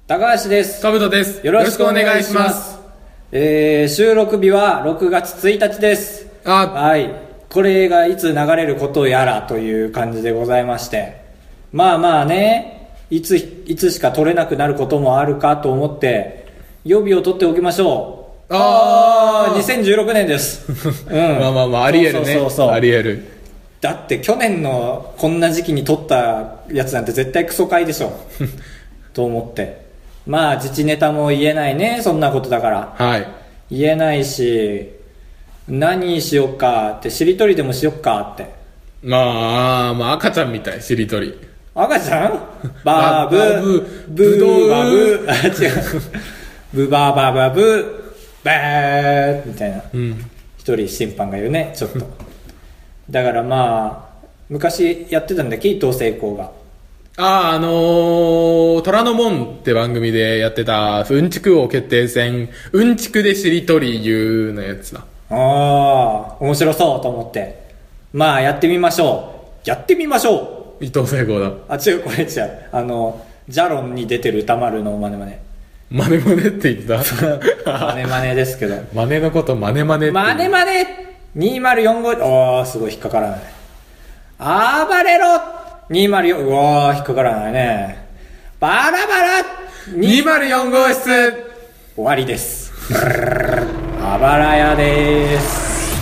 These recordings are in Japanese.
高橋です。 かぶとです。 よろしくお願いします。収録日は6月1日です。はい。これがいつ流れることやらという感じでございまして。まあまあね、いつしか撮れなくなることもあるかと思って、予備を取っておきましょう。2016年です。 うん。まあ、ありえるね。そうありえる。 だって去年のこんな時期に撮ったやつなんて絶対クソ回でしょ。と思って。まあ自治ネタも言えないね、そんなことだから。 はい。 言えないし、何しよっかって、しりとりでもしよっかって。 まあ赤ちゃんみたい、しりとり。 赤ちゃんバブブドバブ違うブバババブバーみたいな、一人審判がいるね、ちょっと。だからまあ昔やってたんだっけ、伊藤聖光が。 虎ノ門って番組でやってたうんちく王決定戦、うんちくでしりとり言うのやつだ。 面白そうと思って、まあやってみましょう。 伊藤聖光だ。 違う、これ違う。ジャロンに出てる歌丸のマネマネって言ったマネですけど。 マネのことマネってマネ2045。すごい引っかからない。暴れろ204。引っかからないね。バラバラ 204号室終わりです。あばらやです。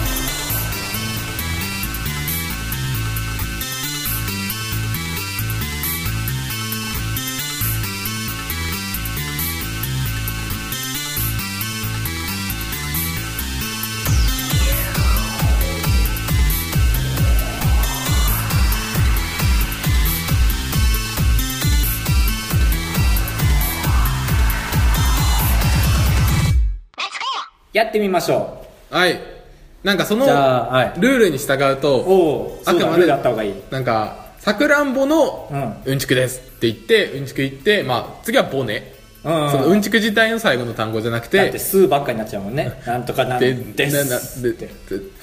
やってみましょう。はい。なんかそのルールに従うと、 あくまでだった方がいい。 なんかさくらんぼのうんちくですって言ってうんちく言って、まあ次はボネ。そのうんちく自体の最後の単語じゃなくて、 だって数ばっかになっちゃうもんね。なんとかなんですって。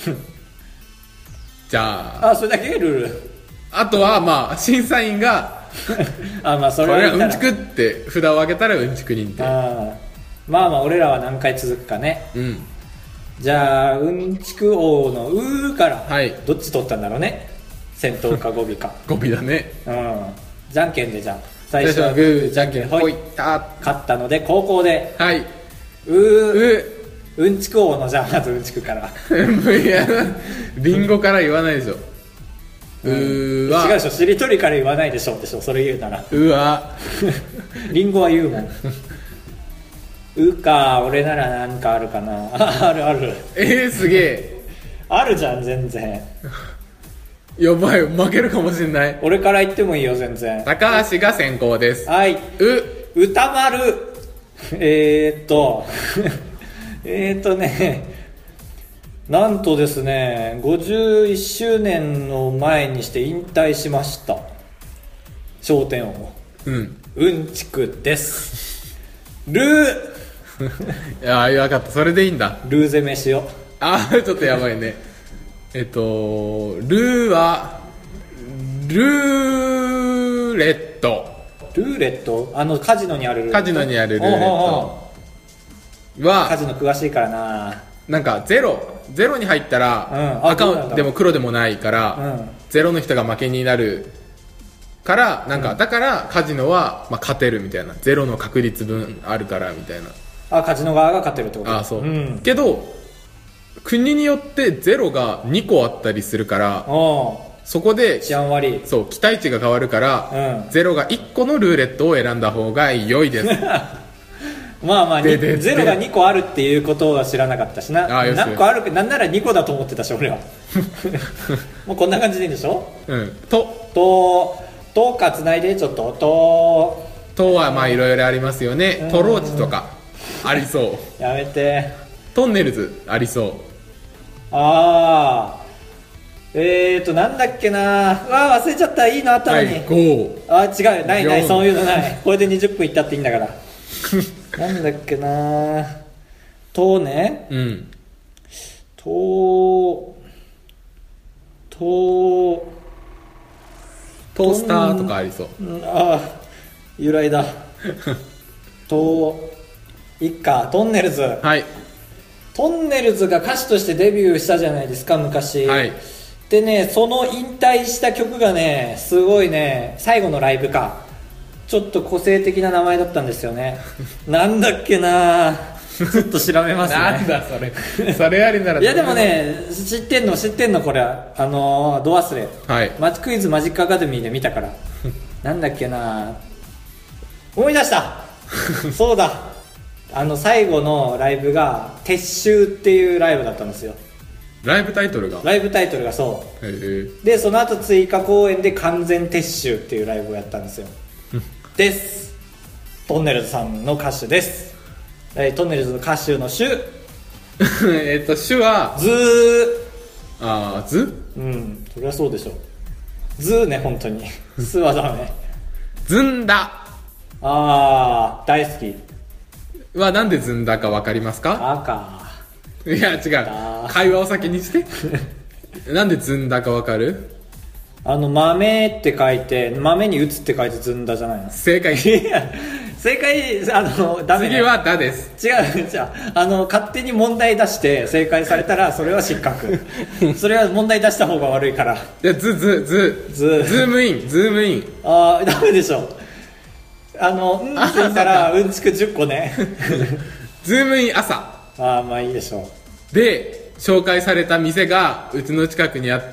じゃあ、それだけルール。 あとはまあ審査員がまあそれはうんちくって札を上げたらうんちく認定。 まあ俺らは何回続くかね。じゃあうんちく王のうーから、どっち取ったんだろうね。先頭か語尾か。 語尾だね。 じゃんけんで、じゃあ最初はグーじゃんけんほい。勝ったので後攻で、うんちく王の、じゃあまずうんちくから。 いやリンゴから言わないでしょ。 違うでしょ、しりとりから言わないでしょそれ言うなら。リンゴは言うもん。か、俺ならなんかあるかな。ある。 すげえ。 あるじゃん、全然。 やばい、負けるかもしれない。 俺から言ってもいいよ、全然。 高橋が先行です。 はい。歌丸。なんとですね、51周年の前にして引退しました。笑点王。うんちくです。 いや、分かった。それでいいんだ。 ルー攻めしよう。ちょっとやばいね。ルーはルーレット。 ルーレット？カジノにあるルーレット。 カジノにあるルーレットは、 カジノ詳しいからな。 なんかゼロに入ったら、赤でも黒でもないから、ゼロの人が負けになるから、なんか、だからカジノは、まあ、勝てるみたいな。ゼロの確率分あるからみたいな。 カジノ側が勝てるってこと？ そう。けど国によってゼロが2個あったりするから、そこで治安悪い。 そう、期待値が変わるから、ゼロが1個のルーレットを選んだ方が良いです。 まあゼロが2個あるっていうことは知らなかったしな。何個あるか、なんなら2個だと思ってたし俺は。もうこんな感じでいいんでしょ。とかつないで、ちょっととはまあいろいろありますよね。トローチとかありそう。 やめて。 トンネルズありそう。 なんだっけな。忘れちゃった。いいのあったのに。違う、ない、そういうのない。これで20分いったっていいんだから。なんだっけな。ね。 トースターとかありそう。 由来だ。 いっか、トンネルズ。 はい。 トンネルズが歌手としてデビューしたじゃないですか、昔。 はい。 でね、その引退した曲がね、すごいね、最後のライブか。ちょっと個性的な名前だったんですよね。なんだっけなちょっと調べますね。 なんだそれ。それありなら。 いやでもね、知ってんのこれ。ド忘れ。 はい。 クイズマジックアカデミーで見たから。なんだっけな思い出したそうだ。最後のライブが、撤収っていうライブだったんですよ。 ライブタイトルがそう。 へえ。 で、その後追加公演で完全撤収っていうライブをやったんですよ。です。トンネルズさんの歌手です。トンネルズの歌手の主。 主は、 ズうん、そりゃそうでしょ。ズね、本当に。スはダメ。 ずんだ。 大好き。 はなんでずんだかわかりますか？いや、違う。会話を先にして。なんでずんだかわかる？ 豆って書いて、豆に打つって書いてずんだじゃないの？ 正解。 正解、ダメね。 次はだです。 違う、勝手に問題出して正解されたら、それは失格。それは問題出した方が悪いから。 いや、ズームイン。 ダメでしょ。うんって言ったら、うんちく10個ね。 ズームイン朝。 まあいいでしょう。で、紹介された店が、うちの近くにあって、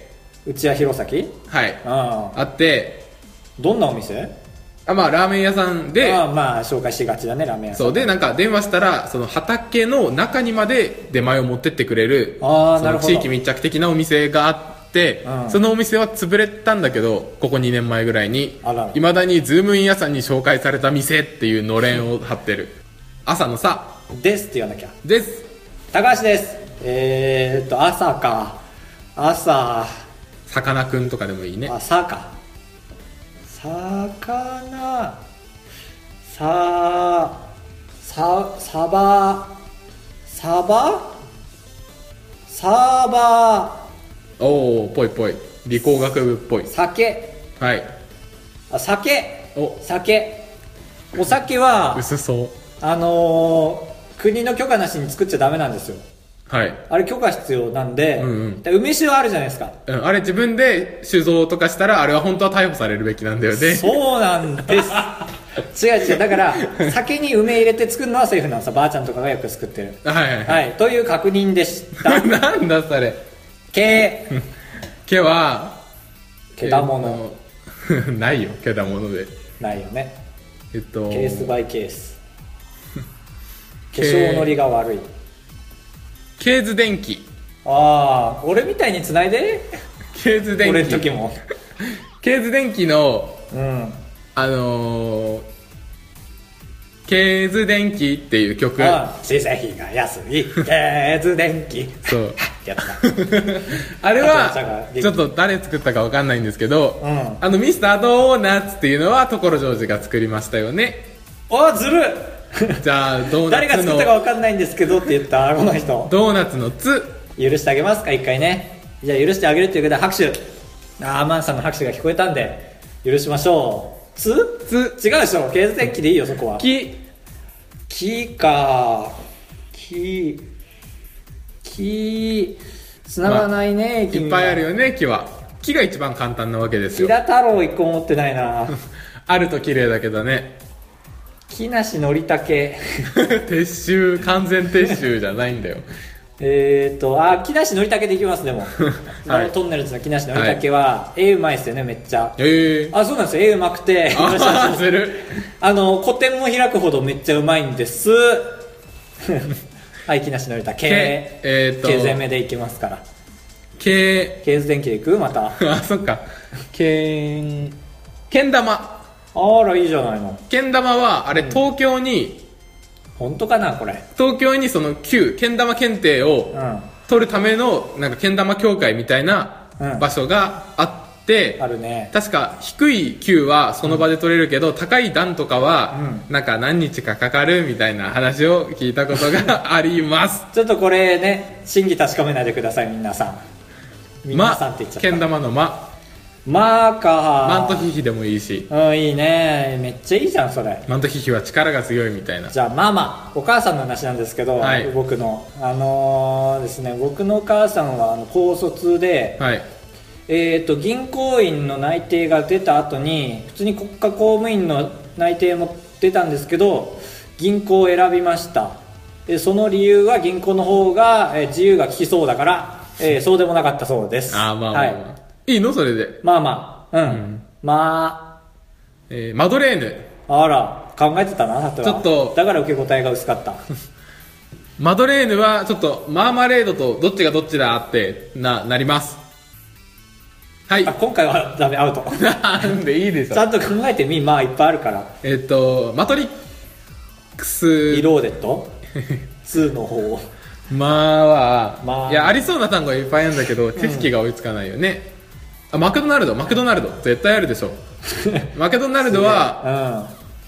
内谷弘前？ はい。あって、 どんなお店？ ラーメン屋さんで、 紹介しがちだね、ラーメン屋さん。 そうで、なんか電話したら、その畑の中にまで出前を持ってってくれる、 なるほど。 地域密着的なお店があって、そのお店は潰れたんだけど、ここ2年前ぐらいに、未だにズームイン屋さんに紹介された店っていうのれんを貼ってる。朝のさ。 ですって言わなきゃ。 です。 高橋です。朝か。朝。 さかなクンとかでもいいね。 さか。魚。サバ。 おー、ぽい。理工学部っぽい。 酒。 はい。 酒。お酒は、 薄そう。 国の許可なしに作っちゃダメなんですよ。 はい。 あれ許可必要なんで、梅酒はあるじゃないですか。 あれ自分で酒造とかしたら、あれは本当は逮捕されるべきなんだよね。 そうなんです。違う。だから、酒に梅入れて作るのはセーフなんですよ。ばあちゃんとかがよく作ってる。はい。という確認でした。 なんだそれ。 毛は、 けだもの。 ないよ、けだもので。 ないよね。ケースバイケース。化粧のりが悪い。 ケーズ電機。 俺みたいに繋いで。 ケーズ電機。 俺の時も。 ケーズ電機の、ケーズ電機っていう曲。 小さい日が安い。ケーズ電機。 そう。 やった。 あれは、ちょっと誰作ったかわかんないんですけど、ミスタードーナツっていうのは所ジョージが作りましたよね。 ずるじゃあ、ドーナツの。 誰が作ったかわかんないんですけどって言ったこの人。 ドーナツのつ。 許してあげますか、一回ね。じゃあ許してあげるということで拍手。マンさんの拍手が聞こえたんで、許しましょう。違うでしょ。ケーズ電機でいいよ、そこは。木か。繋がないね、 いっぱいあるよね、木は。木が一番簡単なわけですよ。 木田太郎一個持ってないな。 あると綺麗だけどね。 木梨憲武。 撤収、完全撤収じゃないんだよ。 木梨憲武でいきます、でも。トンネルズの木梨憲武は、絵うまいっすよね、めっちゃ。そうなんですよ、絵うまくて。個展も開くほどめっちゃうまいんです。はい、木梨憲武。K攻めでいきますから。ケーズ電気でいくまた。 そっか。けん玉。 いいじゃないの。 けん玉は、あれ、東京に、 本当かな、これ。 東京にそのけん玉検定を取るための、なんかけん玉協会みたいな場所があって、 あるね。 確か低い級はその場で取れるけど、高い段とかは、なんか何日かかかるみたいな話を聞いたことがあります。 ちょっとこれね、真偽確かめないでください、皆さん。皆さんって言っちゃった。 けん玉のまあか。 マントヒヒでもいいし。 うん、いいね。めっちゃいいじゃん、それ。 マントヒヒは力が強いみたいな。 じゃあ、ママ、お母さんの話なんですけど、はい、僕の。ですね、僕のお母さんは、高卒で、はい、銀行員の内定が出た後に、普通に国家公務員の内定も出たんですけど、銀行を選びました。その理由は銀行の方が、自由が利きそうだから、そうでもなかったそうです。 あ、まあまあ、はい、いいのそれで。 まあまあ、うん。まあ、 マドレーヌ。 あら、考えてたな、 ちょっと。 だから受け答えが薄かった。 マドレーヌは、ちょっと、マーマレードとどっちがどっちだってなります。はい。 今回はダメ、アウト。 なんでいいでしょ。 ちゃんと考えてみ、まあいっぱいあるから。 マトリックス。 リローデット2の方。 まあ、いや、ありそうな単語はいっぱいあるんだけど、知識が追いつかないよね。マクドナルド、絶対あるでしょ。マクドナルドは、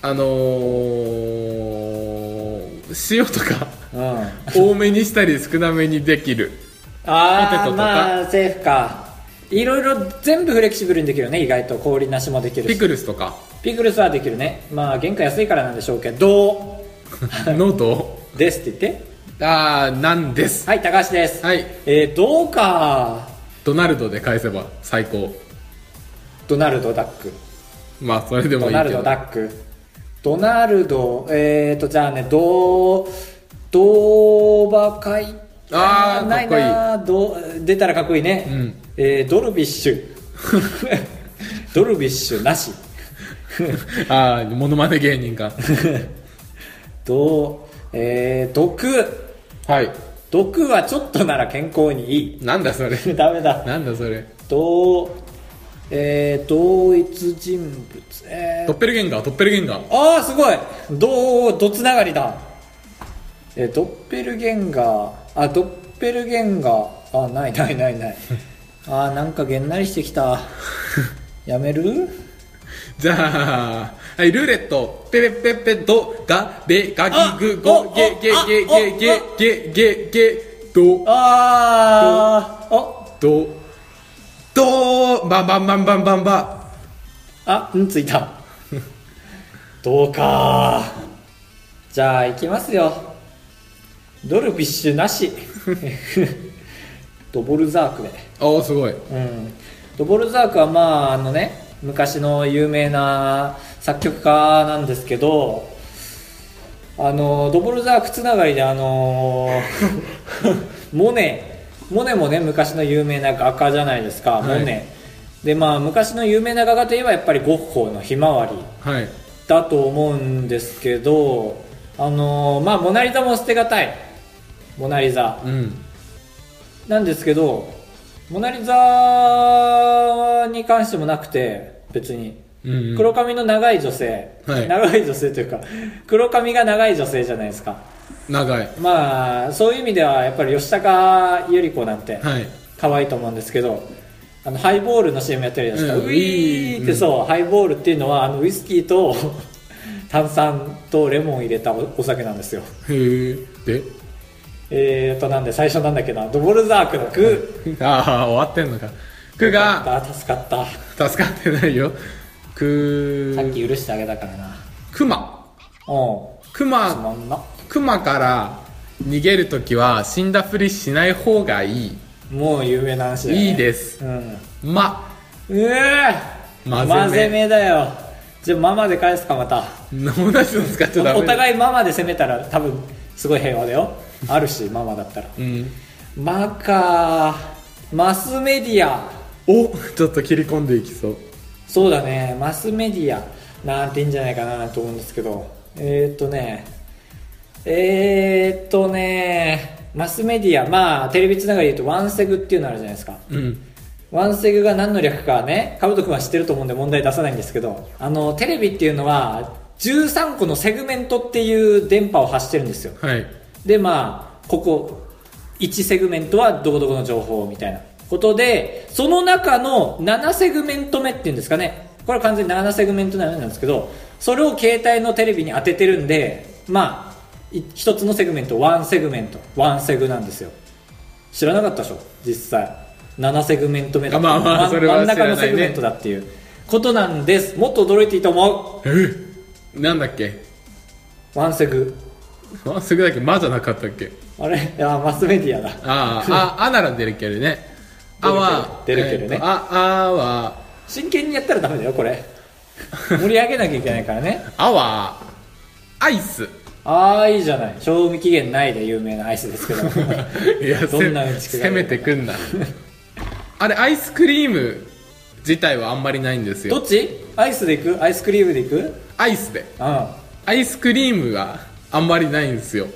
塩とか、多めにしたり少なめにできる。 ポテトとか。まあ、セーフか。いろいろ全部フレキシブルにできるね、意外と。氷なしもできるし。 ピクルスとか。 ピクルスはできるね。まあ、原価安いからなんでしょうけど。 ノートですって言って。 なんです。 はい、高橋です。 はい。 どうか。 ドナルドで返せば最高。 ドナルドダック。 まあそれでもいいけど。 ドナルドダック。ドナルド、じゃあね、ドーバ会。 かっこいい。 ないな、出たらかっこいいね。うん、ドルビッシュ。ドルビッシュなし。 モノマネ芸人か。 毒。 はい。 毒はちょっとなら健康にいい。 なんだそれ。 ダメだ。 なんだそれ。 同一人物。 ドッペルゲンガー。 ああ、すごい。どつながりだ。ドッペルゲンガー。ない。なんかげんなりしてきた。やめる？ じゃあ、はい、ルーレット。ペペペペドガベガギグゴゲゲゲゲゲゲゲゲド。バンバンバンバンバンバン。 ついた。どうか。じゃあ行きますよ。ドルビッシュなし。ドボルザークで。 すごい。 ドボルザークはまあ昔の有名な作曲家なんですけど、ドボルザークつながりでモネもね、昔の有名な画家じゃないですか、モネで。まあ昔の有名な画家といえばやっぱりゴッホのひまわりだと思うんですけど、まあモナリザも捨てがたい。モナリザ、なんですけど、モナリザに関してもなくて、別に黒髪の長い女性、長い女性というか黒髪が長い女性じゃないですか。 長い。 まあそういう意味ではやっぱり吉高由里子なんて可愛いと思うんですけど、ハイボールの CM やってるじゃないですか。ウィーって、そう、ハイボールっていうのはウイスキーと炭酸とレモン入れたお酒なんですよ。 へえ。でなんで最初なんだっけな、ドボルザークのク。 終わってんのか。クが助かった。 助かってないよ。 さっき許してあげたからな。 クマから逃げるときは死んだふりしない方がいい。 もう有名な話だよね。 いいです。 マ攻めだよ。じゃあママで返すか。また同じの使っちゃダメ。 お互いママで攻めたら多分すごい平和だよ。あるしママだったら。マスメディア。 ちょっと切り込んでいきそう。 そうだね、マスメディアなんていいんじゃないかなと思うんですけど、マスメディア、まあテレビつながりで言うとワンセグっていうのあるじゃないですか。ワンセグが何の略かね、カブト君は知ってると思うんで問題出さないんですけど、テレビっていうのは13個のセグメントっていう電波を発してるんですよ。でまあここ1セグメントはどこどこの情報みたいなことで、その中の7セグメント目っていうんですかね、これは完全に7セグメントなんですけど、それを携帯のテレビに当ててるんで、まあ一つのセグメント1セグメント1セグなんですよ。知らなかったでしょ実際。 7セグメント目だ、 まあまあそれは真ん中のセグメントだっていうことなんです。もっと驚いていいと思う。なんだっけ、 ワンセグワンセグだっけ、まじゃなかったっけ。 あれ、いやマスメディアだ。 あなら出るけどね。 出るけどね。 は真剣にやったらダメだよこれ。盛り上げなきゃいけないからね。 はアイス。 いいじゃない。賞味期限ないで有名なアイスですけど。 いや、 どんなうんちくが攻めてくんな。あれアイスクリーム自体はあんまりないんですよ。 どっち？アイスでいく？アイスクリームでいく？ アイスで。アイスクリームはあんまりないんですよ。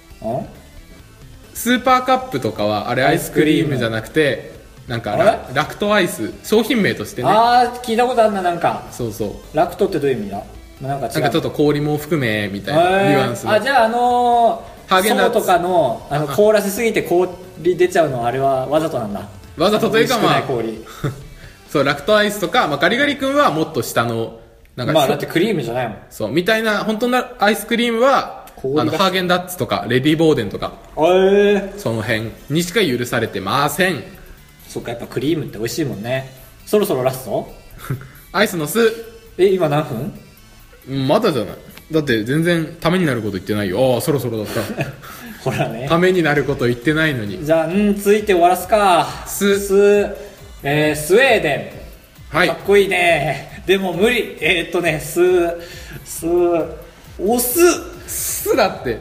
スーパーカップとかはあれアイスクリームじゃなくて、なんかラクトアイス、商品名としてね。 聞いたことあるな。なんかそうそう。 ラクトってどういう意味だ？なんかちょっと氷も含めみたいなニュアンスの。 じゃあハーゲンダッツとかの凍らせすぎて氷出ちゃうの、あれはわざとなんだ。 わざとというか、まあ氷そう、ラクトアイスとか、まあ、ガリガリ君はもっと下のなんか、 だってクリームじゃないもん。 そうみたいな本当のアイスクリームはハーゲンダッツとかレディボーデンとか、その辺にしか許されてません。 そっか、やっぱクリームって美味しいもんね。そろそろラストアイスの巣。 今何分？ まだじゃない。だって全然ためになること言ってないよ。そろそろだったほらね、 ためになること言ってないのに。 じゃあついて終わらすか。スウェーデン、かっこいいね。でも無理。オスだって。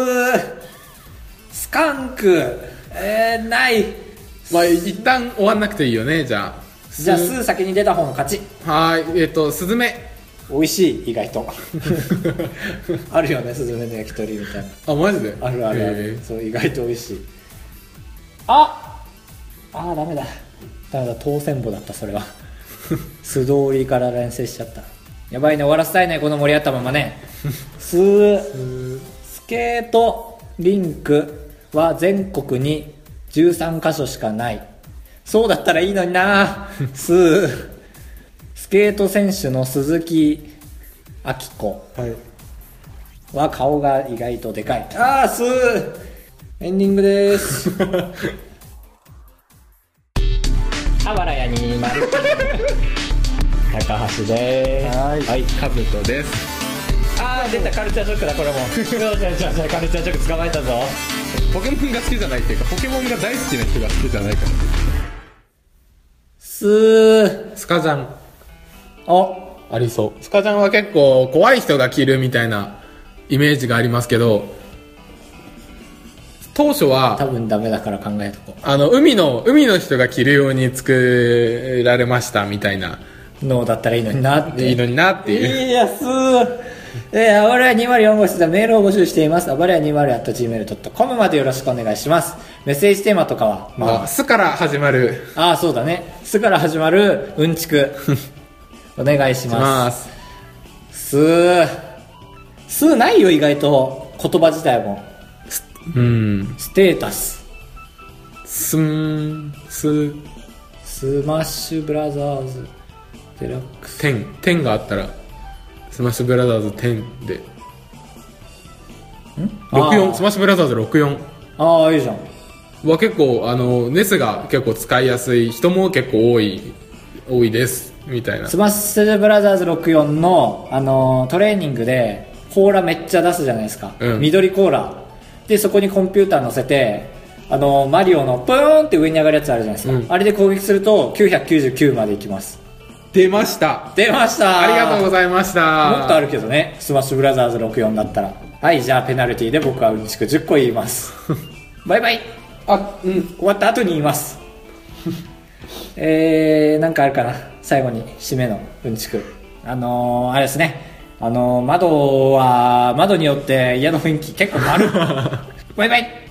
スカンク、ない。 まあ一旦終わんなくていいよね。じゃあス先に出た方の勝ち。 はい。スズメ。 美味しい、意外とあるよね、スズメの焼き鳥みたいな。 マジで？ あるある。そう、意外と美味しい。ダメだ当選簿だった。それは素通りから連成しちゃった。やばいね、終わらせたいね、この盛り上がったままね。スケートリンクは全国に13カ所しかない。そうだったらいいのにな。スケート選手の鈴木明子は顔が意外とでかい。エンディングですあばらや209高橋でーす。はい、 カブトです。 出た、カルチャーショックだこれも。カルチャーショック捕まえたぞ。 ポケモンが好きじゃないっていうか、ポケモンが大好きな人が好きじゃないから。スカジャン。ありそう。スカジャンは結構怖い人が着るみたいなイメージがありますけど、当初は多分ダメだから考えとこう。海の人が着るように作られましたみたいなのだったらいいのになって。 いいのになっていう。 いやあばらや204号室でメールを募集しています。あばらや 204@gmail.com までよろしくお願いします。メッセージテーマとかはすから始まる。 そうだね。すから始まるうんちくお願いします。すないよ、意外と言葉自体も。ステータス。スマッシュブラザーズデラックス。 10があったらスマッシュブラザーズ10で64、スマッシュブラザーズ64。 いいじゃん。 は結構ネスが結構使いやすい人も結構多いですみたいな。 スマッシュブラザーズ64のトレーニングでコーラめっちゃ出すじゃないですか、緑コーラで、そこにコンピューター乗せてマリオのプーンって上に上がるやつあるじゃないですか、あれで攻撃すると999までいきます。 出ました。 ありがとうございました。もっとあるけどね、スマッシュブラザーズ64だったら。はい、じゃあペナルティで僕はうんちく10個言いますバイバイ。終わった後に言いますなんかあるかな、最後に締めのうんちく。あれですね、窓によって家の雰囲気結構あるバイバイ。